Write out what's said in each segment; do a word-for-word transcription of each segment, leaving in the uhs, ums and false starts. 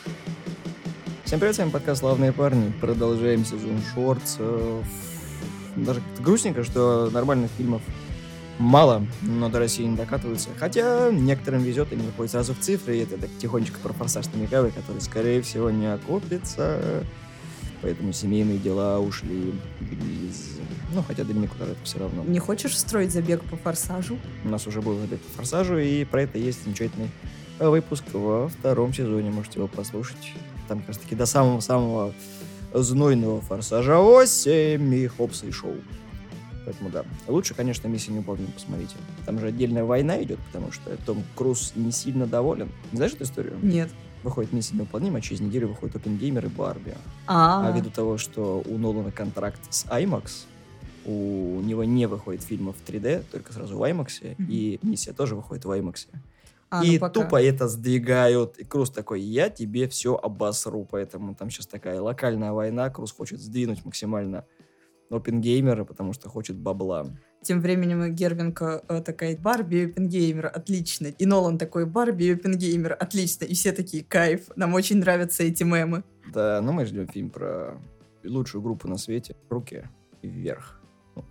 Всем привет, с вами подкаст «Славные парни». Продолжаем сезон шортс. Даже как-то грустненько, что нормальных фильмов мало, но до России не докатываются. Хотя некоторым везет, они выходят сразу в цифры, и это так тихонечко про «Форсаж» намекавый, который, скорее всего, не окупится. Поэтому семейные дела ушли из... Ну, хотя Доминику Торетто все равно. Не хочешь строить забег по «Форсажу»? У нас уже был забег по «Форсажу», и про это есть замечательный выпуск во втором сезоне. Можете его послушать. Там как раз таки до самого-самого знойного «Форсажа восемь» и Хопса и Шоу. Поэтому да. Лучше, конечно, «Миссия невыполнима» посмотрите. Там же отдельная война идет, потому что Том Круз не сильно доволен. Знаешь эту историю? Нет. Выходит «Миссия невыполнима», а через неделю выходит «Оппенгеймер» и «Барби». А-а-а. А ввиду того, что у Нолана контракт с IMAX, у него не выходит фильмов в три дэ, только сразу в IMAX, mm-hmm. и «Миссия» тоже выходит в IMAX. А, и ну пока. Тупо это сдвигают. И Круз такой: я тебе все обосру. Поэтому там сейчас такая локальная война. Круз хочет сдвинуть максимально Оппенгеймера, потому что хочет бабла. Тем временем Гервинг э, такая: Барби и Оппенгеймер, отлично. И Нолан такой: Барби и Оппенгеймер, отлично. И все такие: кайф, нам очень нравятся эти мемы. Да, ну мы ждем фильм про лучшую группу на свете. Руки вверх.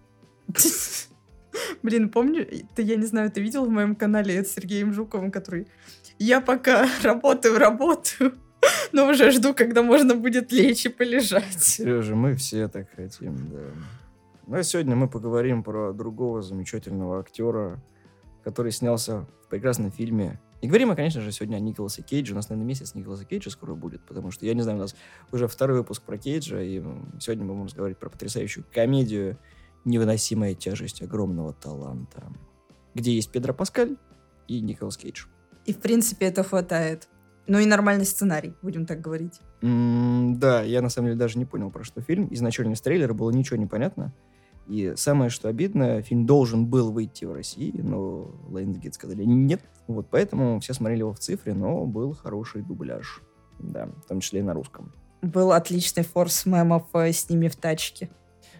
Блин, помню, ты, я не знаю, ты видел в моем канале с Сергеем Жуковым, который: я пока работаю, работаю, но уже жду, когда можно будет лечь и полежать. Сережа, мы все так хотим, да. Ну а сегодня мы поговорим про другого замечательного актера, который снялся в прекрасном фильме. И говорим мы, конечно же, сегодня о Николасе Кейдже. У нас, наверное, месяц Николаса Кейджа скоро будет, потому что, я не знаю, у нас уже второй выпуск про Кейджа, и сегодня мы будем разговаривать про потрясающую комедию «Невыносимая тяжесть огромного таланта», где есть Педро Паскаль и Николас Кейдж. И, в принципе, это хватает. Ну и нормальный сценарий, будем так говорить. Mm, да, я на самом деле даже не понял, про что фильм. Изначально из трейлера было ничего не понятно. И самое, что обидно, фильм должен был выйти в России, но Lionsgate сказали нет. Вот поэтому все смотрели его в цифре, но был хороший дубляж. Да, в том числе и на русском. Был отличный форс мемов с ними в тачке.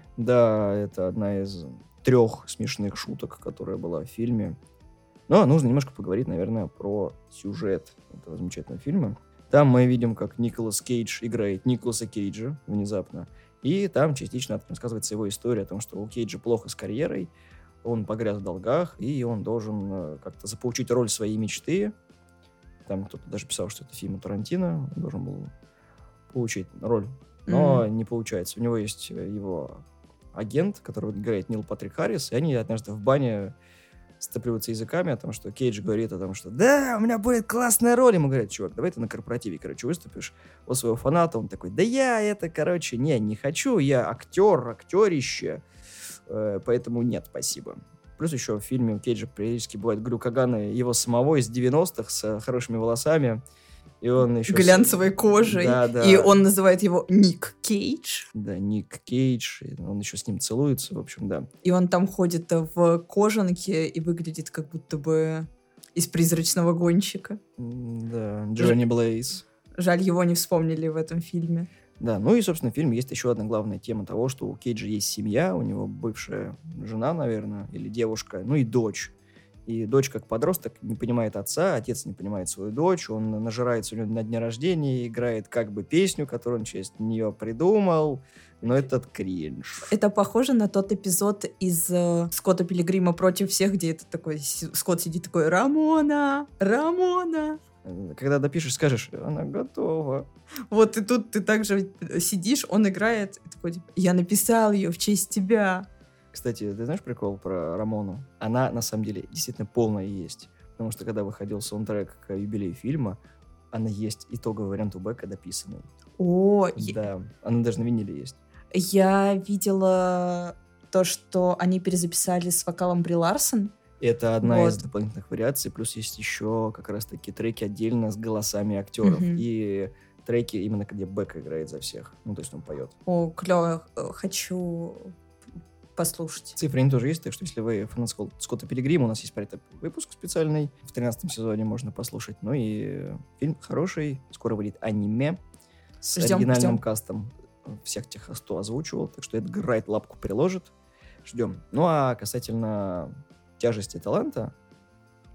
Да, это одна из трех смешных шуток, которая была в фильме. Но нужно немножко поговорить, наверное, про сюжет этого замечательного фильма. Там мы видим, как Николас Кейдж играет Николаса Кейджа внезапно. И там частично рассказывается его история о том, что у Кейджа плохо с карьерой, он погряз в долгах, и он должен как-то заполучить роль своей мечты. Там кто-то даже писал, что это фильм у Тарантино, он должен был получить роль. Но mm-hmm. не получается. У него есть его агент, которого играет Нил Патрик Харрис, и они однажды в бане сцепливаются языками о том, что Кейдж говорит о том, что да, у меня будет классная роль. Ему говорят: чувак, давай ты на корпоративе, короче, выступишь у своего фаната. Он такой: да я это, короче, не, не хочу, я актер, актерище, э, поэтому нет, спасибо. Плюс еще в фильме у Кейджа периодически бывают глюкаганы его самого из девяностых с хорошими волосами. И он еще... глянцевой кожей. Да, да. И он называет его Ник Кейдж. Да, Ник Кейдж. И он еще с ним целуется, в общем, да. И он там ходит в кожанке и выглядит как будто бы из «Призрачного гонщика». Да, Джонни Блейз. Жаль, его не вспомнили в этом фильме. Да, ну и, собственно, в фильме есть еще одна главная тема того, что у Кейджа есть семья, у него бывшая жена, наверное, или девушка, ну и дочь. И дочь, как подросток, не понимает отца, отец не понимает свою дочь, он нажирается у нее на дне рождения, играет как бы песню, которую он через нее придумал, но этот кринж. Это похоже на тот эпизод из э, «Скотта Пилигрима против всех», где это такой, Скотт сидит такой: «Рамона! Рамона!» Когда допишешь, скажешь: она готова. Вот и тут ты также сидишь, он играет, и такой: я написал ее в честь тебя. Кстати, ты знаешь прикол про Рамону? Она, на самом деле, действительно полная есть. Потому что, когда выходил саундтрек к юбилею фильма, она есть итоговый вариант у Бека дописанный. О, да, я... она даже на виниле есть. Я видела то, что они перезаписали с вокалом Бри Ларсон. Это одна вот. из дополнительных вариаций. Плюс есть еще как раз-таки треки отдельно с голосами актеров. Mm-hmm. И треки именно, где Бек играет за всех. Ну, то есть он поет. О, клево. Хочу... послушать. Цифры они тоже есть, так что если вы фанат Скотта Пилигрима, у нас есть про это выпуск специальный. В тринадцатом сезоне можно послушать. Ну и фильм хороший. Скоро выйдет аниме с ждем, оригинальным ждем. Кастом. Всех тех, кто озвучивал. Так что Эдгар Райт лапку приложит. Ждем. Ну а касательно тяжести таланта,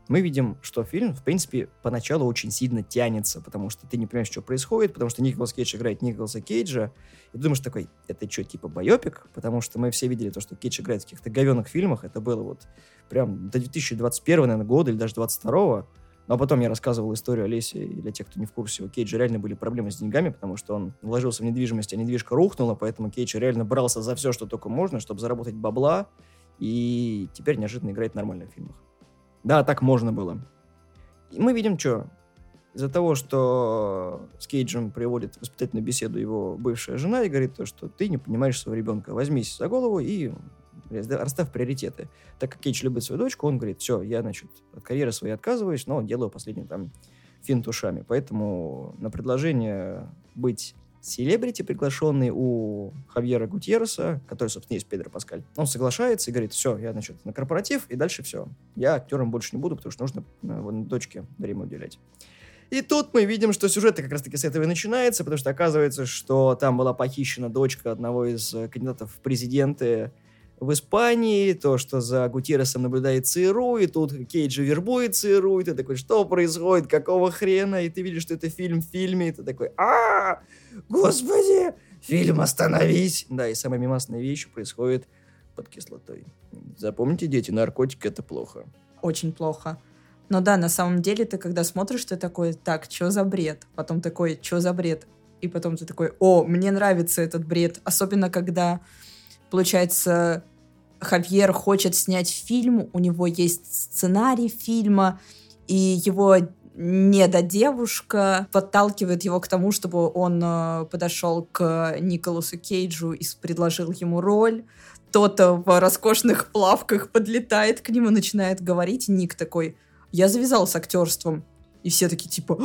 мы видим, что фильм, в принципе, поначалу очень сильно тянется, потому что ты не понимаешь, что происходит, потому что Николас Кейдж играет Николаса Кейджа, и ты думаешь такой, это что, типа байопик? Потому что мы все видели то, что Кейдж играет в каких-то говёных фильмах, это было вот прям до две тысячи двадцать первого, наверное, года или даже двадцать второго. Ну, а потом я рассказывал историю Олесе, и для тех, кто не в курсе, у Кейджа реально были проблемы с деньгами, потому что он вложился в недвижимость, а недвижка рухнула, поэтому Кейдж реально брался за все, что только можно, чтобы заработать бабла, и теперь неожиданно играет нормально в фильмах. Да, так можно было. И мы видим, что из-за того, что с Кейджем приводит воспитательную беседу его бывшая жена и говорит то, что ты не понимаешь своего ребенка, возьмись за голову и расставь приоритеты. Так как Кейдж любит свою дочку, он говорит, все, я, значит, от карьеры своей отказываюсь, но делаю последний там финт ушами. Поэтому на предложение быть селебрити, приглашенный у Хавьера Гутьерреса, который, собственно, есть Педро Паскаль, он соглашается и говорит, все, я, значит, на корпоратив, и дальше все. Я актером больше не буду, потому что нужно э, дочке время уделять. И тут мы видим, что сюжет как раз-таки с этого и начинается, потому что оказывается, что там была похищена дочка одного из кандидатов в президенты в Испании, то, что за Гутьерресом наблюдает ЦРУ, и тут Кейджа вербует ЦРУ, и ты такой, что происходит, какого хрена, и ты видишь, что это фильм в фильме, и ты такой, а господи, фильм, остановись. Да, и самая мемасная вещь происходит под кислотой. Запомните, дети, наркотики — это плохо. Очень плохо. Но да, на самом деле ты когда смотришь, ты такой, так, что за бред? Потом такой, что за бред? И потом ты такой, о, мне нравится этот бред. Особенно когда, получается, Хавьер хочет снять фильм, у него есть сценарий фильма, и его недодевушка подталкивает его к тому, чтобы он э, подошел к Николасу Кейджу и предложил ему роль. Тот в роскошных плавках подлетает к нему, начинает говорить, и Ник такой, я завязал с актерством. И все такие типа,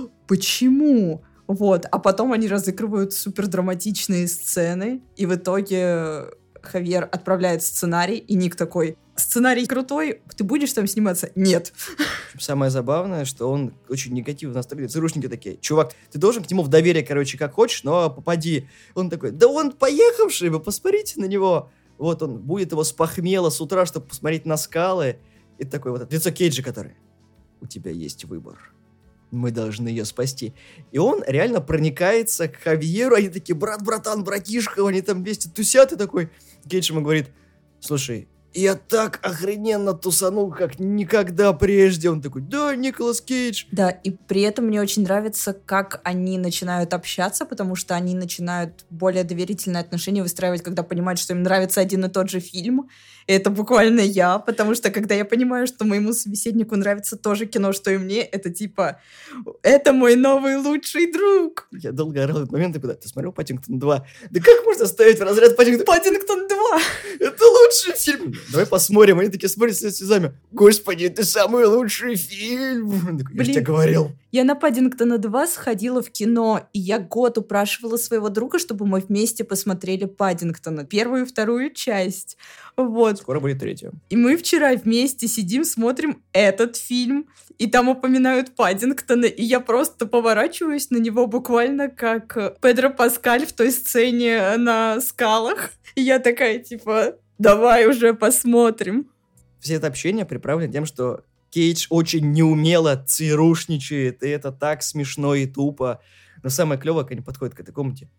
почему? Вот. А потом они разыгрывают супердраматичные сцены, и в итоге Хавьер отправляет сценарий, и Ник такой, сценарий крутой, ты будешь там сниматься? Нет. Самое забавное, что он очень негативно настроен. ЦРУшники такие, чувак, ты должен к нему в доверие, короче, как хочешь, но попади. Он такой, да он поехавший, вы посмотрите на него. Вот он будет его с похмела с утра, чтобы посмотреть на скалы. И такой вот лицо Кейджа, который, у тебя есть выбор. Мы должны ее спасти. И он реально проникается к Хавьеру. Они такие, брат, братан, братишка, они там вместе тусят. И такой, Кейдж ему говорит, слушай, я так охрененно тусанул, как никогда прежде. Он такой, да, Николас Кейдж. Да, и при этом мне очень нравится, как они начинают общаться, потому что они начинают более доверительные отношения выстраивать, когда понимают, что им нравится один и тот же фильм. И это буквально я, потому что когда я понимаю, что моему собеседнику нравится то же кино, что и мне, это типа, это мой новый лучший друг. Я долго орал этот момент, и куда? Ты смотрел «Паддингтон два»? Да как можно ставить в разряд «Паддингтон»? «Паддингтон два». Это лучший фильм. Давай посмотрим. Они такие смотрят со слезами. Господи, это самый лучший фильм. Я же тебе говорил. Я на «Паддингтона два» сходила в кино, и я год упрашивала своего друга, чтобы мы вместе посмотрели «Паддингтона», первую и вторую часть. Вот. Скоро будет третья. И мы вчера вместе сидим, смотрим этот фильм, и там упоминают Паддингтона, и я просто поворачиваюсь на него буквально как Педро Паскаль в той сцене на скалах. И я такая, типа, давай уже посмотрим. Все это общение приправлено тем, что Кейдж очень неумело ЦРУшничает, и это так смешно и тупо. Но самое клевое, когда они подходят к этой комнате.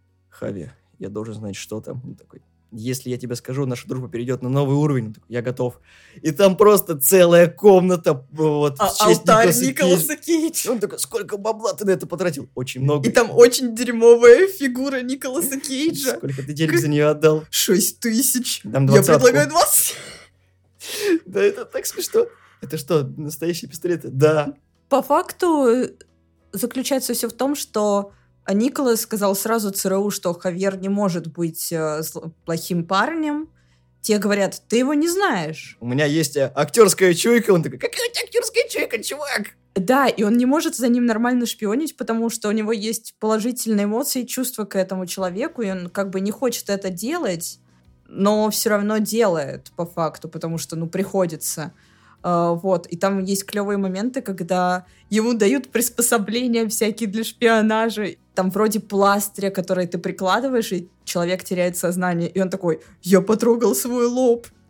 Хави, я должен знать, что там. Он такой, если я тебе скажу, наша дружба перейдет на новый уровень. Он такой, я готов. И там просто целая комната вот, а, в честь алтарь Николаса, Николаса Кейджа. Он такой, сколько бабла ты на это потратил? Очень много. И там очень дерьмовая фигура Николаса Кейджа. Сколько ты денег за нее отдал? Шесть тысяч. Я предлагаю двадцать. Да это так смешно. Это что, настоящие пистолеты? Да. По факту заключается все в том, что Николас сказал сразу ЦРУ, что Хавьер не может быть э, плохим парнем. Те говорят, ты его не знаешь. У меня есть актерская чуйка. Он такой, какая у тебя актерская чуйка, чувак? Да, и он не может за ним нормально шпионить, потому что у него есть положительные эмоции, чувства к этому человеку, и он как бы не хочет это делать, но все равно делает по факту, потому что, ну, приходится. Uh, вот, и там есть клевые моменты, когда ему дают приспособления всякие для шпионажа, там вроде пластыря, который ты прикладываешь, и человек теряет сознание, и он такой, я потрогал свой лоб,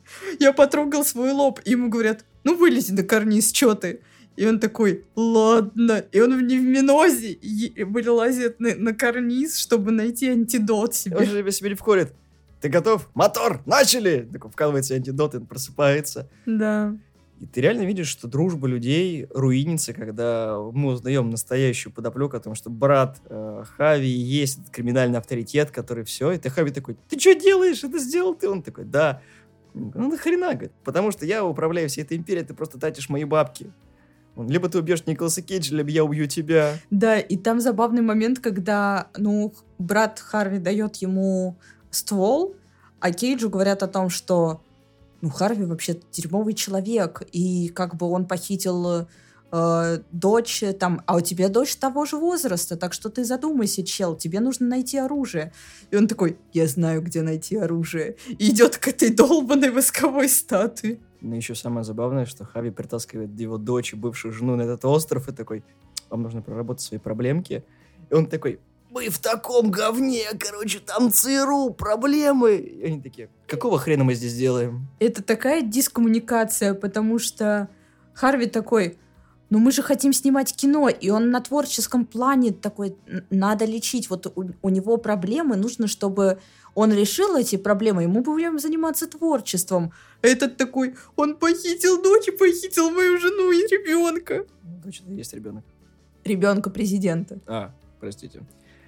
Я потрогал свой лоб, и ему говорят, ну вылези на карниз, чё ты? И он такой, ладно. И он в невминозе и вылазит на, на карниз, чтобы найти антидот себе. Он же себе не входит. Ты готов? Мотор! Начали! Такой вкалывается антидот, и он просыпается. Да. И ты реально видишь, что дружба людей руинится, когда мы узнаем настоящую подоплеку о том, что брат э, Хави есть этот криминальный авторитет, который все, и ты Хави такой, ты что делаешь? Это сделал ты? Он такой, да. Ну нахрена, говорит, потому что я управляю всей этой империей, ты просто тратишь мои бабки. Либо ты убьешь Николаса Кейджа, либо я убью тебя. Да, и там забавный момент, когда, ну, брат Харви дает ему ствол, а Кейджу говорят о том, что ну, Харви вообще дерьмовый человек, и как бы он похитил э, дочь, там, а у тебя дочь того же возраста, так что ты задумайся, чел, тебе нужно найти оружие. И он такой, я знаю, где найти оружие. И идет к этой долбанной восковой статуе. Но еще самое забавное, что Хави притаскивает его дочь и бывшую жену на этот остров, и такой, вам нужно проработать свои проблемки. И он такой, мы в таком говне, короче, там ЦРУ, проблемы. И они такие, какого хрена мы здесь делаем? Это такая дискоммуникация, потому что Харви такой, ну мы же хотим снимать кино, и он на творческом плане такой, надо лечить, вот у, у него проблемы, нужно, чтобы он решил эти проблемы, и мы будем заниматься творчеством. А этот такой, он похитил дочь и похитил мою жену и ребенка. Дочь, это есть ребенок. Ребенка президента. А, простите.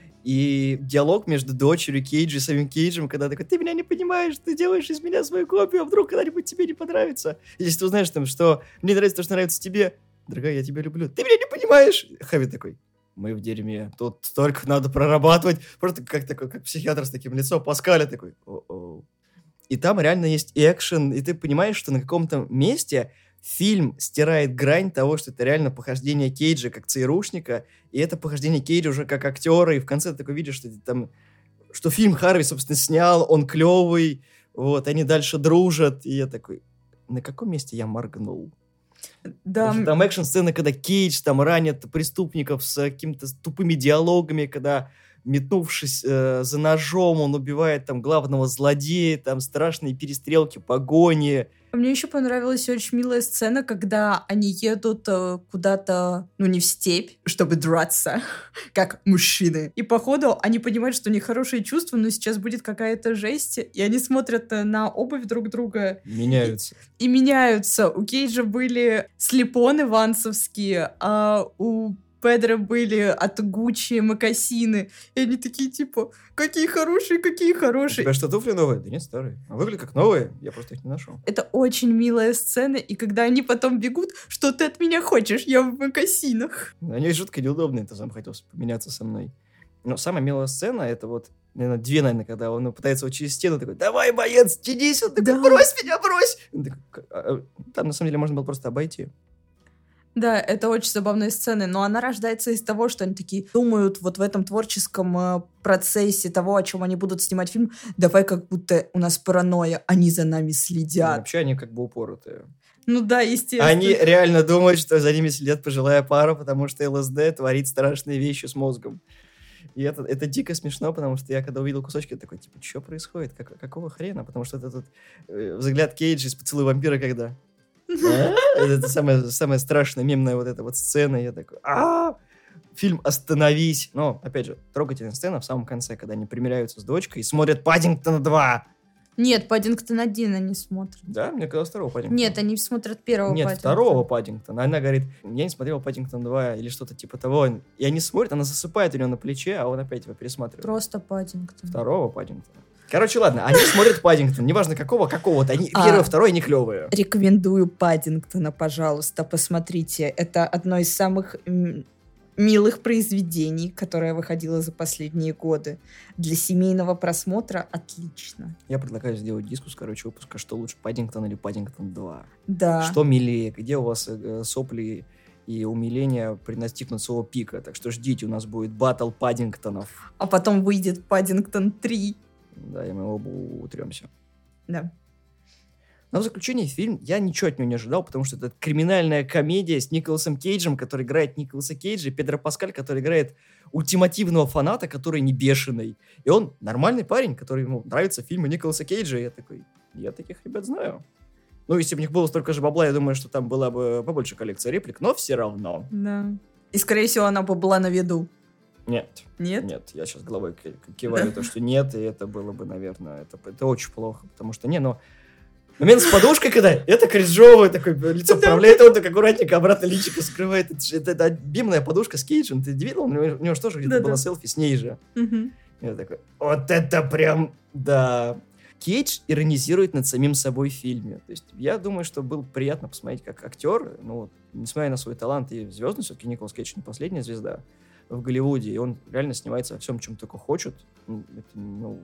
И диалог между дочерью Кейджа и самим Кейджем, когда такой, ты меня не понимаешь, ты делаешь из меня свою копию, а вдруг когда-нибудь тебе не понравится. И если ты узнаешь, там, что мне нравится то, что нравится тебе, дорогая, я тебя люблю. Ты меня не понимаешь? Хави такой, мы в дерьме, тут столько надо прорабатывать. Просто как такой, как психиатр с таким лицом Паскаля такой, о-о. И там реально есть экшен, и ты понимаешь, что на каком-то месте фильм стирает грань того, что это реально похождение Кейджа как ЦРУшника, и это похождение Кейджа уже как актера, и в конце ты такой видишь, что там, что фильм Харви, собственно, снял, он клевый, вот, они дальше дружат, и я такой, на каком месте я моргнул? Да. Там экшн-сцены, когда Кейдж там ранит преступников с какими-то тупыми диалогами, когда, метнувшись э, за ножом, он убивает там главного злодея, там страшные перестрелки, погони. Мне еще понравилась очень милая сцена, когда они едут э, куда-то, ну, не в степь, чтобы драться, как мужчины. И, походу, они понимают, что у них хорошие чувства, но сейчас будет какая-то жесть, и они смотрят на обувь друг друга. Меняются. И, и меняются. У Кейджа были слепоны вансовские, а у Педро были от Гуччи мокасины. И они такие, типа, какие хорошие, какие хорошие. У тебя что, туфли новые? Да нет, старые. А выглядят как новые, я просто их не нашел. Это очень милая сцена, и когда они потом бегут, что ты от меня хочешь? Я в мокасинах. Они жутко неудобные, ты сам хотел поменяться со мной. Но самая милая сцена, это вот, наверное, две, наверное, когда он пытается вот через стену такой, давай, боец, тянись, он такой, Да. брось меня, брось. Он такой, «А, а, там, на самом деле, можно было просто обойти. Да, это очень забавная сцена, но она рождается из того, что они такие думают вот в этом творческом э, процессе того, о чем они будут снимать фильм, давай как будто у нас паранойя, они за нами И следят. вообще они как бы упоротые. Ну да, естественно. Они реально думают, что за ними следят пожилая пара, потому что ЛСД творит страшные вещи с мозгом. И это, это дико смешно, потому что я когда увидел кусочки, я такой, типа, что происходит? Как, какого хрена? Потому что это этот э, взгляд Кейджа из «Поцелуй вампира», когда... Это самая, самая страшная мемная вот эта вот сцена. Я такой, а фильм «Остановись». Но, опять же, трогательная сцена в самом конце, когда они примиряются с дочкой и смотрят «Паддингтон два». Нет, Паддингтон один они смотрят. Да? Мне казалось, второго Паддингтона. Нет, они смотрят первого Нет, Паддингтона. второго Паддингтона. Она говорит, я не смотрела «Паддингтон два» или что-то типа того. И они смотрят, она засыпает у него на плече, а он опять его пересматривает. Просто Паддингтон. Второго Паддингтона. Короче, ладно, они смотрят «Паддингтон», неважно какого, какого-то. Они А. первый, второй, они клевые. Рекомендую Паддингтона, пожалуйста, посмотрите. Это одно из самых м, милых произведений, которое выходило за последние годы. Для семейного просмотра отлично. Я предлагаю сделать дискус, короче, выпуска, что лучше, «Паддингтон» или «Паддингтон два». Да. Что милее, где у вас э, сопли и умиления преднастигнут своего пика. Так что ждите, у нас будет баттл Паддингтонов. А потом выйдет Паддингтон три. Да, и мы оба утремся. Да. Но в заключение фильм, я ничего от него не ожидал, потому что это криминальная комедия с Николасом Кейджем, который играет Николаса Кейджа, и Педро Паскаль, который играет ультимативного фаната, который не бешеный. И он нормальный парень, который ему нравятся фильмы Николаса Кейджа, и я такой, Я таких ребят знаю. Ну, если бы у них было столько же бабла, я думаю, что там была бы побольше коллекция реплик, но все равно. Да. И, скорее всего, она бы была на виду. Нет. Нет? Нет, я сейчас головой киваю, то, что нет, и это было бы, наверное, это, это очень плохо, потому что, не, ну, момент с подушкой, когда это кринжовое, такое лицо вправляет, он так аккуратненько обратно личико скрывает. Это, это, это объемная подушка с Кейджем, ты видел? У него, у него же тоже где-то было селфи с ней же. Угу. Я такой, вот это прям, да. Кейдж иронизирует над самим собой в фильме. То есть я думаю, что было приятно посмотреть, как актер, ну, вот, несмотря на свой талант и звездность, все-таки Николас Кейдж не последняя звезда в Голливуде, и он реально снимается во всем, чем только хочет. Это, ну,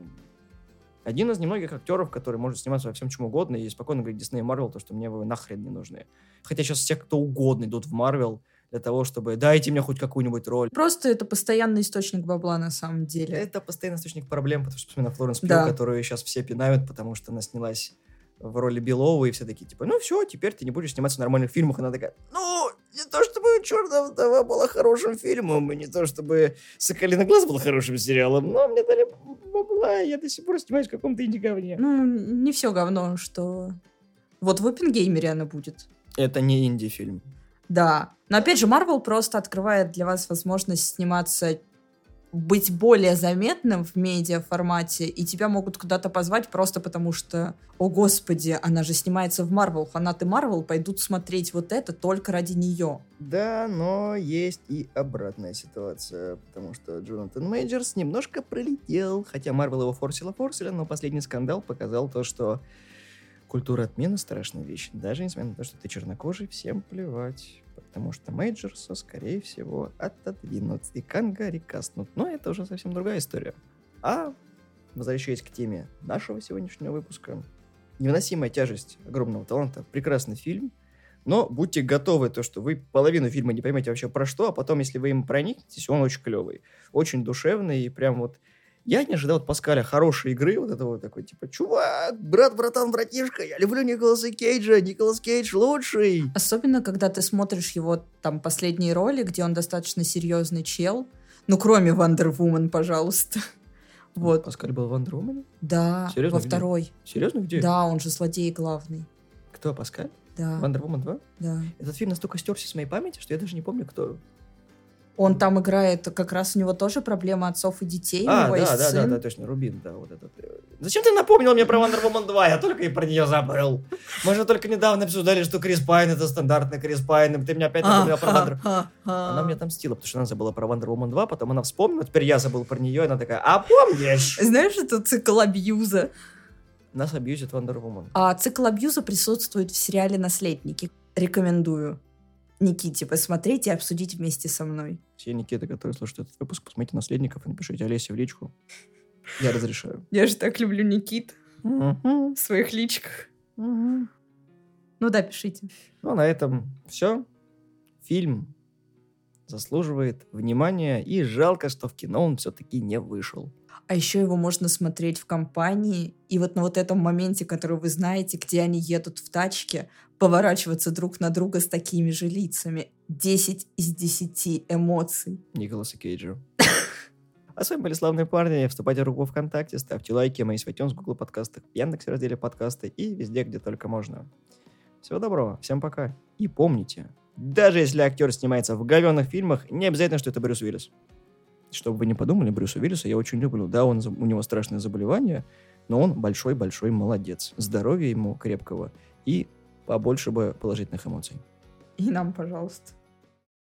один из немногих актеров, который может сниматься во всем, чем угодно, и спокойно говорить Дисней и Марвел, то, что мне вы нахрен не нужны. Хотя сейчас все, кто угодно, идут в Марвел для того, чтобы дайте мне хоть какую-нибудь роль. Просто это постоянный источник бабла на самом деле. Это постоянный источник проблем, потому что посмотри на Флоренс Пью, да. которую сейчас все пинают, потому что она снялась в роли Беловой, и все такие, типа, ну все, теперь ты не будешь сниматься в нормальных фильмах. Она такая, ну, не то чтобы «Чёртова вдова» была хорошим фильмом, и не то чтобы «Соколиный глаз» был хорошим сериалом, но мне дали бабла, и я до сих пор снимаюсь в каком-то инди-говне. Ну, не все говно, что... Вот в «Оппенгеймере» она будет. Это не инди-фильм. Да. Но опять же, Marvel просто открывает для вас возможность сниматься, быть более заметным в медиа-формате, и тебя могут куда-то позвать просто потому что, о господи, она же снимается в Marvel, фанаты Marvel пойдут смотреть вот это только ради нее. Да, но есть и обратная ситуация, потому что Джонатан Мейджерс немножко пролетел, хотя Marvel его форсила-форсила, но последний скандал показал то, что культура отмены — страшная вещь. Даже несмотря на то, что ты чернокожий, всем плевать. Потому что Мейджерса, скорее всего, отодвинут и канга рекастнут. Но это уже совсем другая история. А, возвращаясь к теме нашего сегодняшнего выпуска, «Невыносимая тяжесть огромного таланта» — прекрасный фильм. Но будьте готовы, то, что вы половину фильма не поймете вообще про что, а потом, если вы им проникнетесь, он очень клевый. Очень душевный и прям вот... Я не ожидал от Паскаля хорошей игры, вот этого такой, типа, чувак, брат, братан, братишка, я люблю Николаса Кейджа, Николас Кейдж лучший. Особенно, когда ты смотришь его там последние роли, где он достаточно серьезный чел, ну, кроме Wonder Woman, пожалуйста. Вот. Паскаль был в Wonder Woman? Да, серьезно, во где? Второй. Серьезно, где? Да, он же злодей главный. Кто, Паскаль? Да. Wonder Woman два? Да. Этот фильм настолько стерся с моей памяти, что я даже не помню, кто... Он там играет, как раз у него тоже проблема отцов и детей. А, у него да, есть да, сын. да, да, точно, Рубин, да, вот этот. Зачем ты напомнил мне про Wonder Woman два? Я только и про нее забыл. Мы же только недавно обсуждали, что Крис Пайн — это стандартный Крис Пайн, и ты меня опять напомнил про Wonder... Она мне отомстила, потому что она забыла про Wonder Woman два, потом она вспомнила, теперь я забыл про нее, и она такая, а помнишь? Знаешь, это цикл абьюза. Нас абьюзит Wonder Woman. А цикл абьюза присутствует в сериале «Наследники». Рекомендую Никите посмотреть и обсудить вместе со мной. Все Никиты, которые слушают этот выпуск, посмотрите «Наследников» и напишите Олесе в личку. Я разрешаю. Я же так люблю Никит в своих личках. Ну да, пишите. Ну, а на этом все. Фильм заслуживает внимания, и жалко, что в кино он все-таки не вышел. А еще его можно смотреть в компании, и вот на вот этом моменте, который вы знаете, где они едут в тачке, поворачиваться друг на друга с такими же лицами. десять из десяти эмоций. Николаса Кейджа. А с вами были славные парни. Вступайте в группу ВКонтакте, ставьте лайки, мои в iTunes, Google подкастах, в Яндексе разделе подкасты и везде, где только можно. Всего доброго, всем пока. И помните, даже если актер снимается в говёных фильмах, не обязательно, что это Брюс Уиллис. Чтобы вы не подумали, Брюса Уиллиса я очень люблю. Да, он, у него страшное заболевание, но он большой-большой молодец. Здоровья ему крепкого и побольше бы положительных эмоций. И нам, пожалуйста.